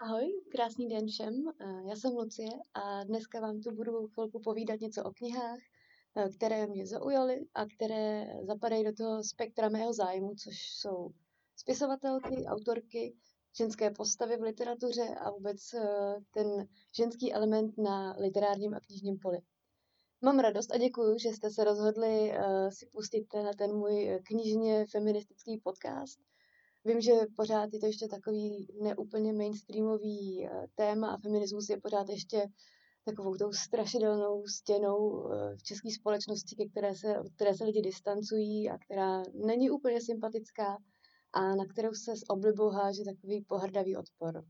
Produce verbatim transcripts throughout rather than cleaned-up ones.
Ahoj, krásný den všem. Eh, Já jsem Lucie a dneska vám tu budu chvilku povídat něco o knihách, eh, které mě zaujaly a které zapadají do toho spektra mého zájmu, což jsou spisovatelky, autorky, ženské postavy v literatuře a vůbec eh, ten ženský element na literárním a knižním poli. Mám radost a děkuju, že jste se rozhodli eh, si pustit tenhle ten můj eh, knižně feministický podcast. Vím, že pořád je to ještě takový neúplně mainstreamový eh, téma a feminismus je pořád ještě takovou tou strašidelnou stěnou eh, v české společnosti, ke které se, od které se lidi distancují a která není úplně sympatická a na kterou se s oblibou háže takový pohrdavý odpor.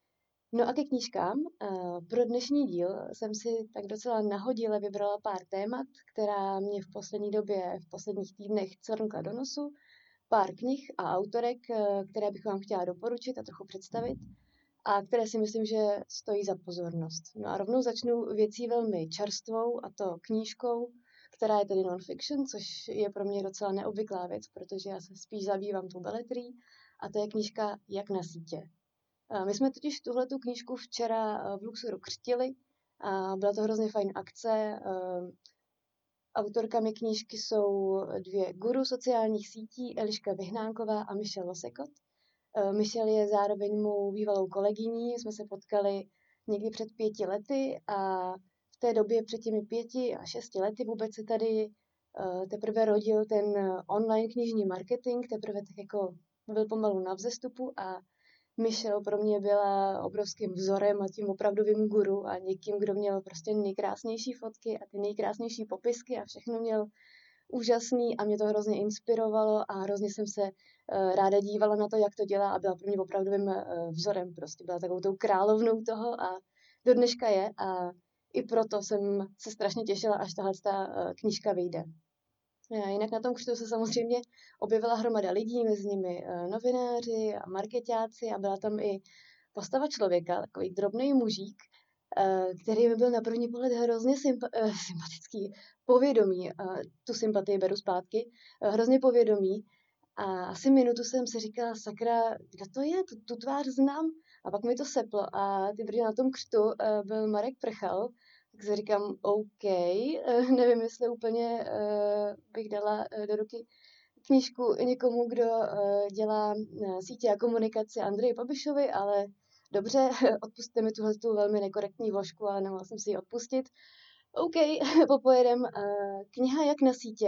No a ke knížkám. Eh, Pro dnešní díl jsem si tak docela nahodile vybrala pár témat, která mě v poslední době, v posledních týdnech crnkla do nosu, pár knih a autorek, eh, které bych vám chtěla doporučit a trochu představit a které si myslím, že stojí za pozornost. No a rovnou začnu věcí velmi čerstvou, a to knížkou, která je tedy non-fiction, což je pro mě docela neobvyklá věc, protože já se spíš zabývám tou beletrí, a to je knížka Jak na sítě. Eh, My jsme totiž tuhletu knížku včera eh, v Luxoru křtili a byla to hrozně fajn akce. eh, Autorkami knížky jsou dvě guru sociálních sítí, Eliška Vyhnánková a Michelle Losekot. Eh, Michelle je zároveň mou bývalou kolegyní, jsme se potkali někdy před pěti lety a v té době před těmi pěti a šesti lety vůbec se tady eh, teprve rodil ten eh, online knižní marketing, teprve tak jako byl pomalu na vzestupu a Michelle pro mě byla obrovským vzorem a tím opravdovým guru a někým, kdo měl prostě nejkrásnější fotky a ty nejkrásnější popisky a všechno měl úžasný a mě to hrozně inspirovalo a hrozně jsem se uh, ráda dívala na to, jak to dělá a byla pro mě opravdovým uh, vzorem. Prostě byla takovou tou královnou toho a do dneška je a i proto jsem se strašně těšila, až tahle uh, knížka vyjde. Jinak na tom křtu se samozřejmě objevila hromada lidí, mezi nimi novináři a markeťáci a byla tam i postava člověka, takový drobný mužík, který mi byl na první pohled hrozně sympa- sympatický, povědomý, tu sympatii beru zpátky, hrozně povědomý a asi minutu jsem si říkala, sakra, kdo to je, tu, tu tvář znám a pak mi to seplo a ty brdy na tom křtu byl Marek Prchal. Tak si říkám, OK, nevím, jestli úplně uh, bych dala uh, do ruky knížku někomu, kdo uh, dělá uh, sítě a komunikaci Andreji Babišovi, ale dobře, odpusťte mi tuhle tu velmi nekorektní vložku, ale nemohla jsem si ji odpustit. OK, popojedem. Uh, kniha Jak na sítě,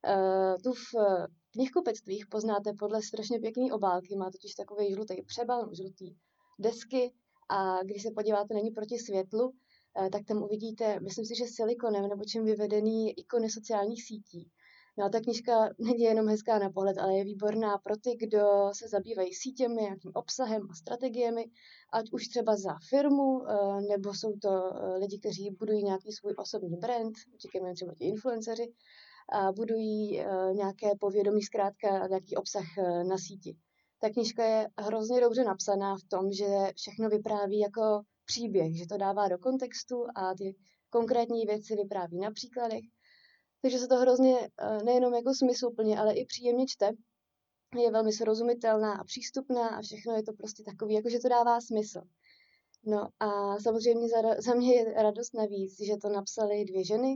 uh, tu v uh, knihkupectvích poznáte podle strašně pěkné obálky, má totiž takový žlutý přebal, žlutý desky a když se podíváte na ní proti světlu, tak tam uvidíte, myslím si, že silikonem nebo čím vyvedený ikony sociálních sítí. No a ta knížka není jenom hezká na pohled, ale je výborná pro ty, kdo se zabývají sítěmi, nějakým obsahem a strategiemi, ať už třeba za firmu, nebo jsou to lidi, kteří budují nějaký svůj osobní brand, říkáme třeba ti influenceři, a budují nějaké povědomí, zkrátka nějaký obsah na síti. Ta knížka je hrozně dobře napsaná v tom, že všechno vypráví jako příběh, že to dává do kontextu a ty konkrétní věci vypráví na příkladech. Takže se to hrozně nejenom jako smysluplně, ale i příjemně čte. Je velmi srozumitelná a přístupná a všechno je to prostě takový, jako že to dává smysl. No a samozřejmě za, za mě je radost navíc, že to napsaly dvě ženy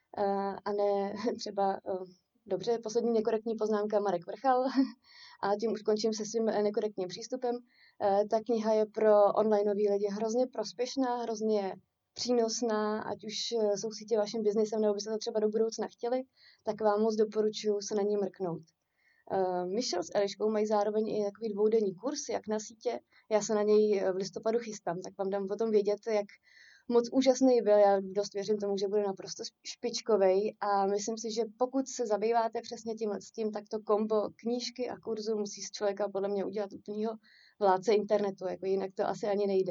a ne třeba, dobře, poslední nekorektní poznámka Marek Vrchal a tím už končím se svým nekorektním přístupem. Ta kniha je pro onlineový lidi hrozně prospěšná, hrozně přínosná, ať už jsou sítě vaším biznesem, nebo byste to třeba do budoucna chtěli, tak vám moc doporučuji se na ní mrknout. Uh, Michelle s Eliškou mají zároveň i takový dvoudenní kurz, jak na sítě. Já se na něj v listopadu chystám, tak vám dám o tom vědět, jak moc úžasný byl. Já dost věřím tomu, že bude naprosto špičkovej a myslím si, že pokud se zabýváte přesně tímhle s tím, tak to kombo knížky a kurzu musí z člověka podle mě udělat úplnýho vládce internetu, jako jinak to asi ani nejde.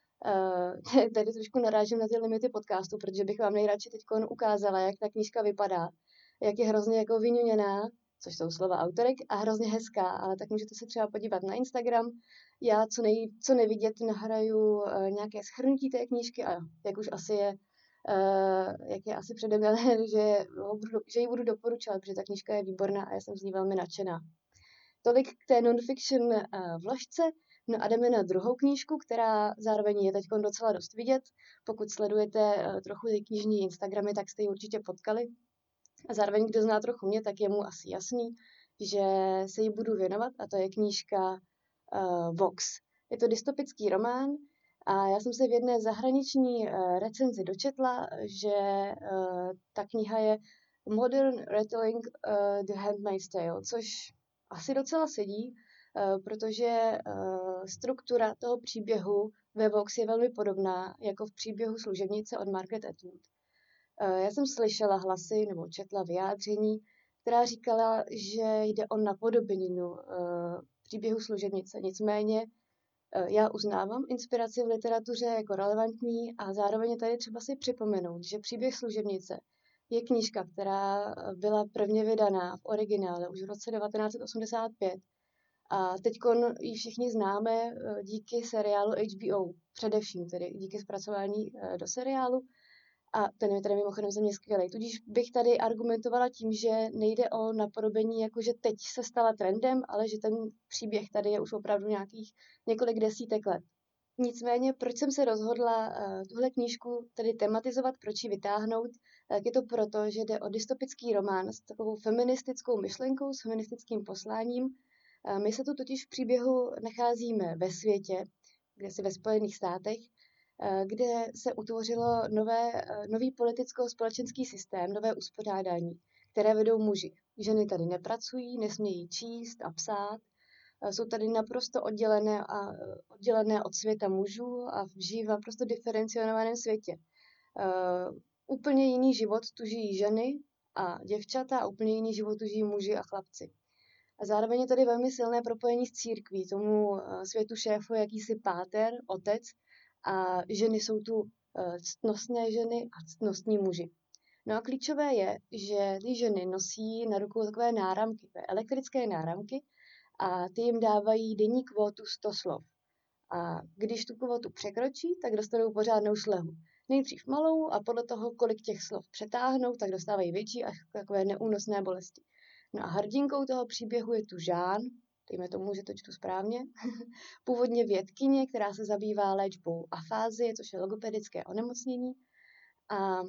Uh, tady trošku narážím na ty limity podcastu, protože bych vám nejradši teď ukázala, jak ta knížka vypadá, jak je hrozně jako vyňuněná, což jsou slova autorek, a hrozně hezká, ale tak můžete se třeba podívat na Instagram. Já, co, nej, co nevidět, nahraju uh, nějaké shrnutí té knížky a jak už asi je, uh, jak je asi přede mnou, že, že ji budu doporučovat, protože ta knížka je výborná a já jsem z ní velmi nadšená. Tolik k té non-fiction uh, vložce. No a jdeme na druhou knížku, která zároveň je teď docela dost vidět. Pokud sledujete trochu ty knižní Instagramy, tak jste ji určitě potkali. A zároveň, kdo zná trochu mě, tak je mu asi jasný, že se jí budu věnovat, a to je knížka uh, Vox. Je to dystopický román a já jsem se v jedné zahraniční uh, recenzi dočetla, že uh, ta kniha je Modern Retelling uh, The Handmaid's Tale, což asi docela sedí, uh, protože uh, struktura toho příběhu ve Vox je velmi podobná jako v příběhu Služebnice od Margaret Atwood. Já jsem slyšela hlasy nebo četla vyjádření, která říkala, že jde o napodobeninu příběhu Služebnice. Nicméně já uznávám inspiraci v literatuře jako relevantní a zároveň je tady třeba si připomenout, že příběh Služebnice je knížka, která byla prvně vydaná v originále už v roce devatenáct set osmdesát pět a teď ji všichni známe díky seriálu H B O, především tedy díky zpracování do seriálu. A ten je tady mimochodem za mě skvělý. Tudíž bych tady argumentovala tím, že nejde o napodobení, jako že teď se stala trendem, ale že ten příběh tady je už opravdu nějakých několik desítek let. Nicméně, proč jsem se rozhodla uh, tuhle knížku tedy tematizovat, proč ji vytáhnout, tak je to proto, že jde o dystopický román s takovou feministickou myšlenkou, s feministickým posláním. Uh, my se tu totiž v příběhu nacházíme ve světě, kde si ve Spojených státech, kde se utvořilo nové, nový politicko-společenský systém, nové uspořádání, které vedou muži. Ženy tady nepracují, nesmějí číst a psát, jsou tady naprosto oddělené, a, oddělené od světa mužů a žijí v naprosto diferenciovaném světě. Uh, úplně jiný život tu žijí ženy a děvčata a úplně jiný život tu žijí muži a chlapci. A zároveň je tady velmi silné propojení s církví. Tomu světu šéfuje jakýsi páter, otec, a ženy jsou tu ctnostné ženy a ctnostní muži. No a klíčové je, že ty ženy nosí na rukou takové náramky, elektrické náramky, a ty jim dávají denní kvótu sto slov. A když tu kvotu překročí, tak dostanou pořádnou slehu. Nejdřív malou a podle toho, kolik těch slov přetáhnou, tak dostávají větší až takové neúnosné bolesti. No a hrdinkou toho příběhu je tu Žán, dejme tomu, že to čtu správně, původně vědkyně, která se zabývá léčbou afázie, což je logopedické onemocnění. A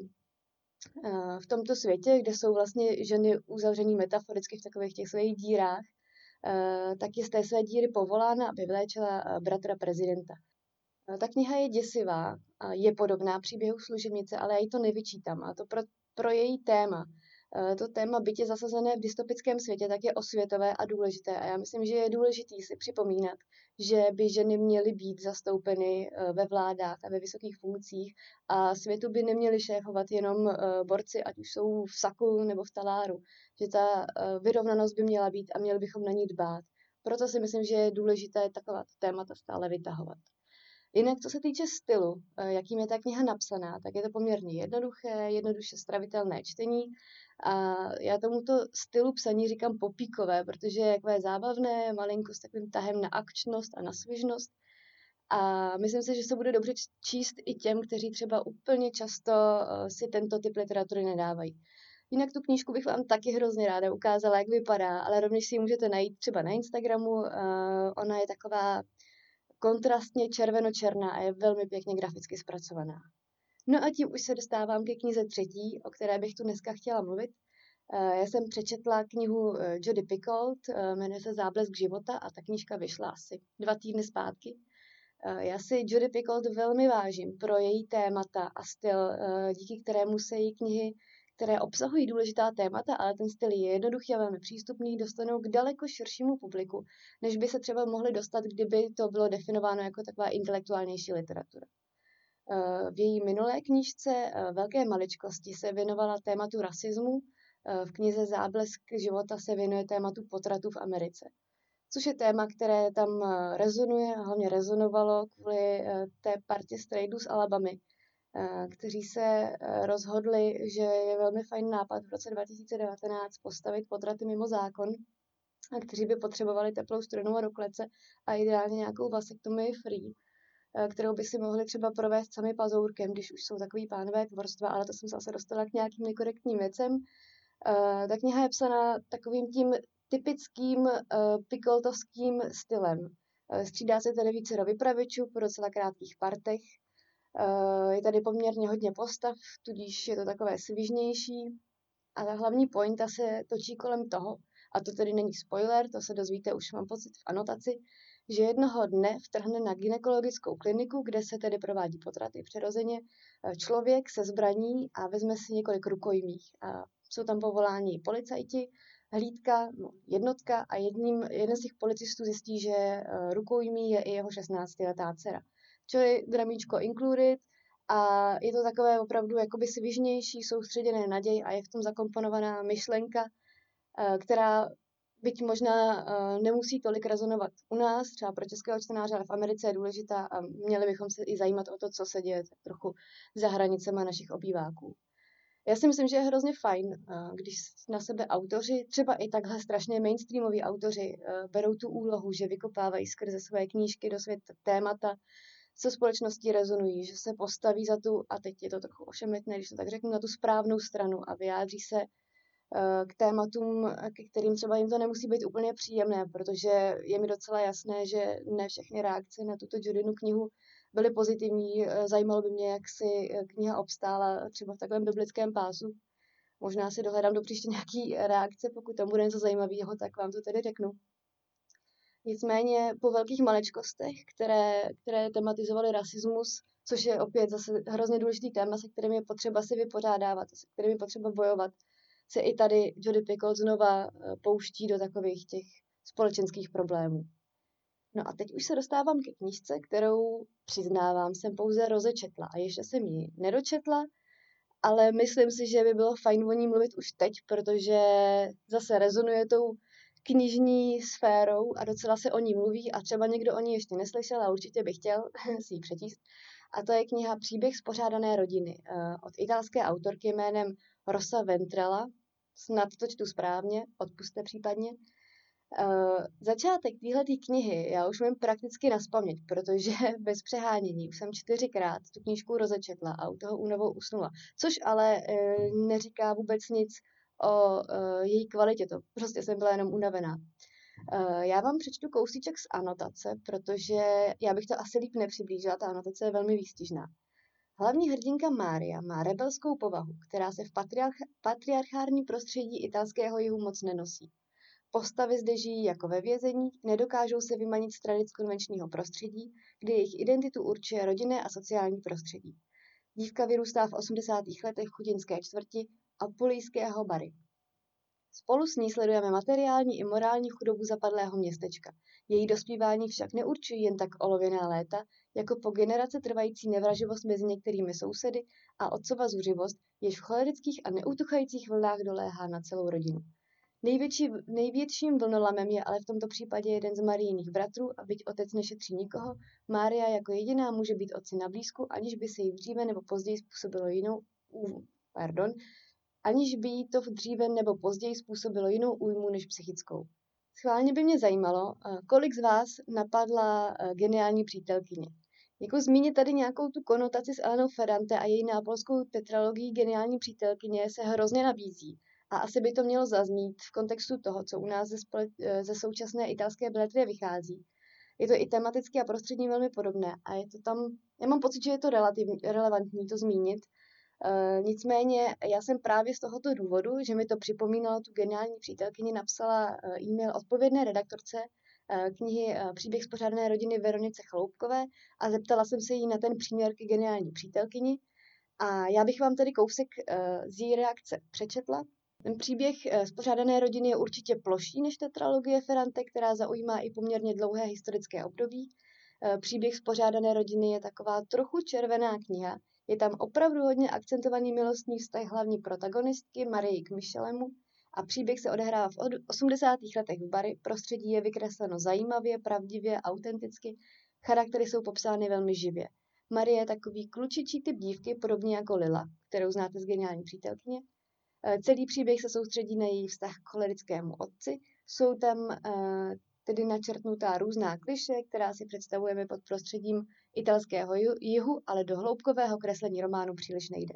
v tomto světě, kde jsou vlastně ženy uzavřený metaforicky v takových těch svých dírách, tak je z té své díry povolána, aby vyléčila bratra prezidenta. Ta kniha je děsivá, je podobná příběhu Služebnice, ale já jí to nevyčítám. A to pro, pro její téma. To téma bytě zasazené v dystopickém světě tak je osvětové a důležité. A já myslím, že je důležité si připomínat, že by ženy měly být zastoupeny ve vládách a ve vysokých funkcích a světu by neměly šéfovat jenom borci, ať už jsou v saku nebo v taláru. Že ta vyrovnanost by měla být a měli bychom na ní dbát. Proto si myslím, že je důležité taková témata stále vytahovat. Jinak, co se týče stylu, jakým je ta kniha napsaná, tak je to poměrně jednoduché, jednoduše stravitelné čtení. A já tomuto stylu psaní říkám popíkové, protože je takové zábavné, malinko s takovým tahem na akčnost a na svižnost. A myslím si, že se bude dobře číst i těm, kteří třeba úplně často si tento typ literatury nedávají. Jinak tu knížku bych vám taky hrozně ráda ukázala, jak vypadá, ale rovněž si ji můžete najít třeba na Instagramu. Ona je taková kontrastně červeno-černá a je velmi pěkně graficky zpracovaná. No a tím už se dostávám ke knize třetí, o které bych tu dneska chtěla mluvit. Já jsem přečetla knihu Jodi Picoult, jmenuje se Záblesk života a ta knížka vyšla asi dva týdny zpátky. Já si Jodi Picoult velmi vážím pro její témata a styl, díky kterému se její knihy, které obsahují důležitá témata, ale ten styl je jednoduchý a velmi přístupný, dostanou k daleko širšímu publiku, než by se třeba mohli dostat, kdyby to bylo definováno jako taková intelektuálnější literatura. V její minulé knížce Velké maličkosti se věnovala tématu rasismu, v knize Záblesk života se věnuje tématu potratu v Americe, což je téma, které tam rezonuje a hlavně rezonovalo kvůli té partě strejdů z Alabamy, kteří se rozhodli, že je velmi fajn nápad v roce dva tisíce devatenáct postavit potraty mimo zákon, a kteří by potřebovali teplou studenou do klece a ideálně nějakou vasektomii free, kterou by si mohli třeba provést sami pazourkem, když už jsou takový pánové tvorstva, ale to jsem se zase dostala k nějakým nekorektním věcem. Ta kniha je psaná takovým tím typickým Picoultovským stylem. Střídá se tady více vypravěčů po docela krátkých partech. Je tady poměrně hodně postav, tudíž je to takové svižnější. A ta hlavní pointa se točí kolem toho, a to tedy není spoiler, to se dozvíte už, mám pocit, v anotaci, že jednoho dne vtrhne na gynekologickou kliniku, kde se tedy provádí potraty přirozeně, člověk se zbraní a vezme si několik rukojmích. A jsou tam povoláni policajti, hlídka, no, jednotka a jedním, jeden z těch policistů zjistí, že rukojmí je i jeho šestnáctiletá dcera. Čili dramíčko included a je to takové opravdu jakoby svižnější, soustředěné naděj a je v tom zakomponovaná myšlenka, která byť možná nemusí tolik rezonovat u nás, třeba pro českého čtenáře, ale v Americe je důležitá a měli bychom se i zajímat o to, co se děje trochu za hranicemi našich obýváků. Já si myslím, že je hrozně fajn, když na sebe autoři, třeba i takhle strašně mainstreamoví autoři, berou tu úlohu, že vykopávají skrze své knížky do světa témata, co společností rezonují, že se postaví za tu, a teď je to trochu ošemetné, když to tak řeknu, na tu správnou stranu a vyjádří se k tématům, ke kterým třeba jim to nemusí být úplně příjemné, protože je mi docela jasné, že ne všechny reakce na tuto Judinu knihu byly pozitivní. Zajímalo by mě, jak si kniha obstála třeba v takovém biblickém pásu. Možná si dohledám do příště nějaký reakce, pokud tam bude něco zajímavého, tak vám to tedy řeknu. Nicméně po velkých malečkostech, které, které tematizovaly rasismus, což je opět zase hrozně důležitý téma, se kterým je potřeba si vypořádávat, se kterým je potřeba bojovat, se i tady Jodi Picoult znova pouští do takových těch společenských problémů. No a teď už se dostávám ke knížce, kterou, přiznávám, jsem pouze rozečetla a ještě jsem ji nedočetla, ale myslím si, že by bylo fajn o ní mluvit už teď, protože zase rezonuje tou knižní sférou a docela se o ní mluví a třeba někdo o ní ještě neslyšel a určitě by chtěl si ji přečíst. A to je kniha Příběh spořádané rodiny od italské autorky jménem Rosa Ventrella. Snad to čtu správně, odpusťte případně. Uh, začátek téhletý knihy já už mám prakticky nazpaměť, protože bez přehánění už jsem čtyřikrát tu knížku rozečetla a u toho únavou usnula. Což ale uh, neříká vůbec nic o uh, její kvalitě, to prostě jsem byla jenom unavená. Uh, já vám přečtu kousíček z anotace, protože já bych to asi líp nepřiblížila, ta anotace je velmi výstižná. Hlavní hrdinka Mária má rebelskou povahu, která se v patriarch- patriarchárním prostředí italského jihu moc nenosí. Postavy zde žijí jako ve vězení, nedokážou se vymanit z tradic konvenčního prostředí, kde jejich identitu určuje rodinné a sociální prostředí. Dívka vyrůstá v osmdesátých letech v chudinské čtvrti apulijského Bari. Spolu s ní sledujeme materiální i morální chudobu zapadlého městečka. Její dospívání však neurčují jen tak olověná léta, jako po generace trvající nevraživost mezi některými sousedy a otcova zuřivost, jež v cholerických a neutuchajících vlnách doléhá na celou rodinu. Největší, největším vlnolamem je ale v tomto případě jeden z Marijiných bratrů a byť otec nešetří nikoho, Mária jako jediná může být otci na blízku, aniž by se jí dříve nebo později způsobilo jinou, uh, pardon, aniž by jí to v dříve nebo později způsobilo jinou újmu než psychickou. Schválně by mě zajímalo, kolik z vás napadla geniální přítelkyně. Jako zmínit tady nějakou tu konotaci s Elenou Ferrante a její nápolskou tetralogií Geniální přítelkyně se hrozně nabízí. A asi by to mělo zaznít v kontextu toho, co u nás ze, spole- ze současné italské beletrie vychází. Je to i tematicky a prostředně velmi podobné a je to tam, já mám pocit, že je to relativní, relevantní to zmínit. Uh, nicméně já jsem právě z tohoto důvodu, že mi to připomínalo tu Geniální přítelkyni, napsala uh, e-mail odpovědné redaktorce uh, knihy uh, Příběh spořádané rodiny Veronice Chaloupkové a zeptala jsem se jí na ten příměr k Geniální přítelkyni. A já bych vám tedy kousek uh, z její reakce přečetla. Ten příběh spořádané rodiny je určitě plošší než tetralogie Ferrante, která zaujímá i poměrně dlouhé historické období. Příběh spořádané rodiny je taková trochu červená kniha. Je tam opravdu hodně akcentovaný milostný vztah hlavní protagonistky Marie k Michelemu a příběh se odehrává v osmdesátých letech v Bari. Prostředí je vykresleno zajímavě, pravdivě, autenticky. Charaktery jsou popsány velmi živě. Marie je takový klučičí typ dívky, podobně jako Lila, kterou znáte z Geniální přítelkyně. Celý příběh se soustředí na její vztah k cholerickému otci. Jsou tam uh, tedy načrtnutá různá kliše, která si představujeme pod prostředím italského jihu, ale do hloubkového kreslení románu příliš nejde.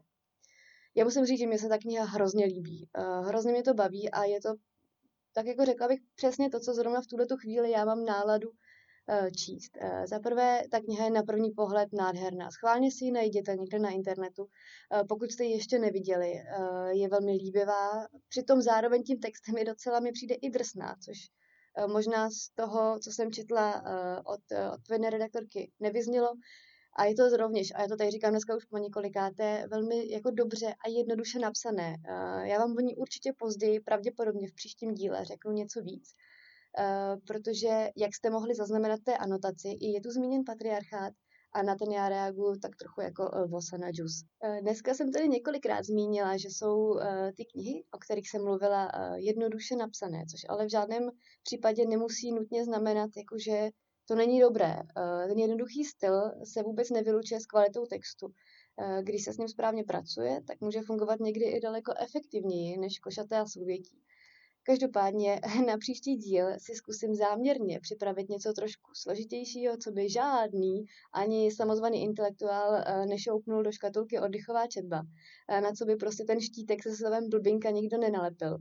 Já musím říct, že mě se ta kniha hrozně líbí. Uh, hrozně mě to baví a je to, tak jako řekla bych, přesně to, co zrovna v tuhletu chvíli já mám náladu uh, číst. Uh, za prvé, ta kniha je na první pohled nádherná. Schválně si ji najděte někde na internetu. Uh, pokud jste ji ještě neviděli, uh, je velmi líbivá. Přitom zároveň tím textem je docela, mi přijde i drsná, což uh, možná z toho, co jsem četla uh, od, uh, od tvojné redaktorky, nevyznělo. A je to rovněž, a já to tady říkám dneska už po několikáté, velmi jako dobře a jednoduše napsané. Uh, já vám o ní určitě později, pravděpodobně v příštím díle, řeknu něco víc. Uh, protože, jak jste mohli zaznamenat té anotaci, i je tu zmíněn patriarchát a na ten já reaguju tak trochu jako uh, vosa na džus. Uh, dneska jsem tady několikrát zmínila, že jsou uh, ty knihy, o kterých jsem mluvila, uh, jednoduše napsané, což ale v žádném případě nemusí nutně znamenat, jakože to není dobré. Uh, ten jednoduchý styl se vůbec nevylučuje s kvalitou textu. Uh, když se s ním správně pracuje, tak může fungovat někdy i daleko efektivněji než košaté a souvětí. Každopádně na příští díl si zkusím záměrně připravit něco trošku složitějšího, co by žádný ani samozvaný intelektuál nešoupnul do škatulky oddychová četba, na co by prostě ten štítek se slovem blbinka nikdo nenalepil.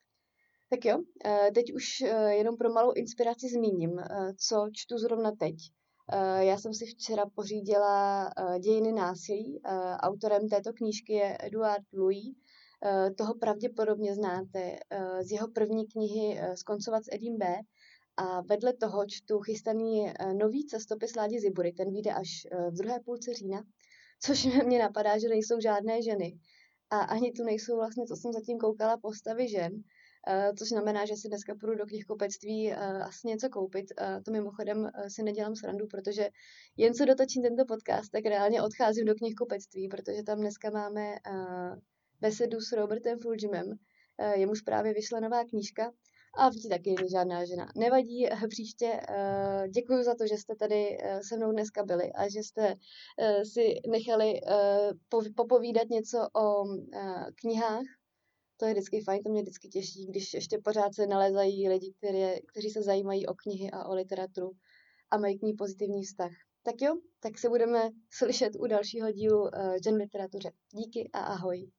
Tak jo, teď už jenom pro malou inspiraci zmíním, co čtu zrovna teď. Já jsem si včera pořídila Dějiny násilí. Autorem této knížky je Eduard Louis. Toho pravděpodobně znáte z jeho první knihy Skoncovat s Edím B. A vedle toho čtu chystaný nový cestopis Ládi Zibury, ten vyjde až v druhé půlce října, což mě napadá, že nejsou žádné ženy. A ani tu nejsou vlastně, co jsem zatím koukala, postavy žen, což znamená, že si dneska půjdu do knihkupectví asi něco koupit. To mimochodem si nedělám srandu, protože jen co dotočím tento podcast, tak reálně odcházím do knihkupectví, protože tam dneska máme besedu s Robertem Fulgimem, jemuž právě vyšla nová knížka a v ní taky není žádná žena. Nevadí, příště děkuji za to, že jste tady se mnou dneska byli a že jste si nechali popovídat něco o knihách. To je vždycky fajn, to mě vždycky těší, když ještě pořád se nalézají lidi, které, kteří se zajímají o knihy a o literaturu a mají k ní pozitivní vztah. Tak jo, tak se budeme slyšet u dalšího dílu Žen v literatuře. Díky a ahoj.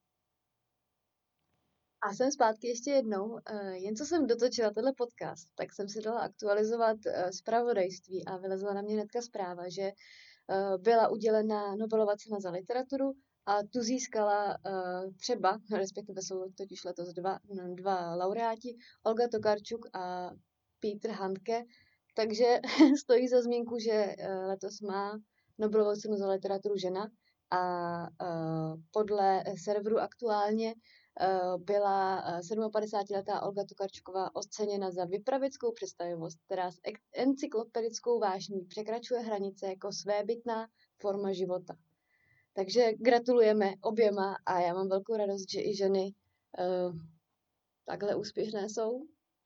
A jsem zpátky ještě jednou. Jen co jsem dotočila tenhle podcast, tak jsem si dala aktualizovat zpravodajství a vylezla na mě hnedka zpráva, že byla udělena Nobelova cena za literaturu a tu získala třeba, respektive jsou totiž letos dva, dva laureáti, Olga Tokarczuk a Peter Handke, takže stojí za zmínku, že letos má Nobelovu cenu za literaturu žena a podle serveru Aktuálně byla sedmapadesátiletá Olga Tokarčuková oceněna za vypravickou představivost, která s encyklopedickou vášní překračuje hranice jako svébytná forma života. Takže gratulujeme oběma a já mám velkou radost, že i ženy uh, takhle úspěšné jsou.